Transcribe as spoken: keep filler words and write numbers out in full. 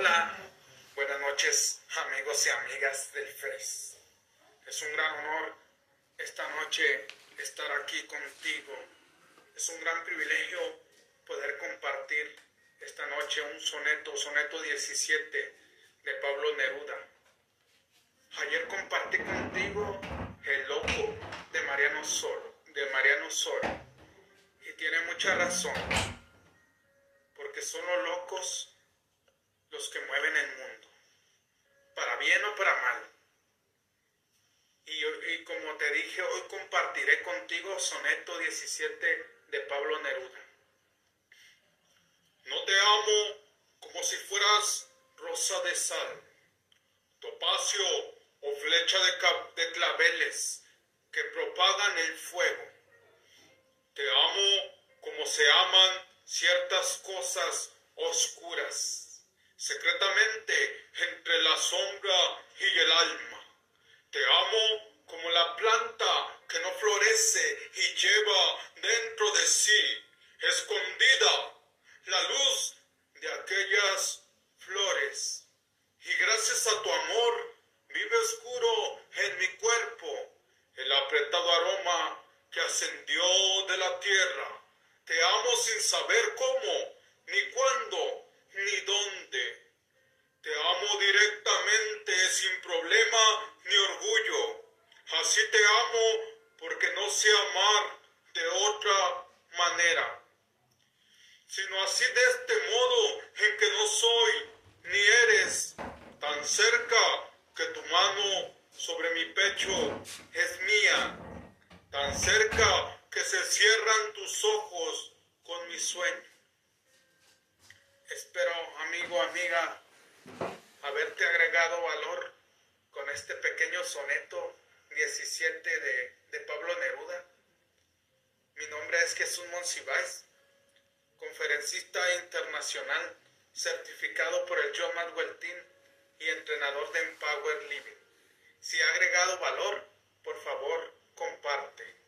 Hola, buenas noches amigos y amigas del Face. Es un gran honor esta noche estar aquí contigo. Es un gran privilegio poder compartir esta noche un soneto, soneto diecisiete de Pablo Neruda. Ayer compartí contigo El Loco de Mariano Sol, de Mariano Sol, y tiene mucha razón, porque son los locos los que mueven el mundo, para bien o para mal. Y, y como te dije, hoy compartiré contigo soneto diecisiete de Pablo Neruda. No te amo como si fueras rosa de sal, topacio o flecha de, de claveles que propagan el fuego. Te amo como se aman ciertas cosas oscuras, secretamente entre la sombra y el alma. Te amo como la planta que no florece y lleva dentro de sí, escondida, la luz de aquellas flores. Y gracias a tu amor vive oscuro en mi cuerpo el apretado aroma que ascendió de la tierra. Te amo sin saber cómo, ni cuándo, ni dónde. Te amo directamente, sin problema ni orgullo. Así te amo porque no sé amar de otra manera, sino así de este modo en que no soy ni eres, tan cerca que tu mano sobre mi pecho es mía, tan cerca que se cierran tus ojos con mi sueño. Espero, amigo, amiga, haberte agregado valor con este pequeño soneto diecisiete de, de Pablo Neruda. Mi nombre es Jesús Monsiváis, conferencista internacional, certificado por el John Maxwell Team y entrenador de Empower Living. Si ha agregado valor, por favor, comparte.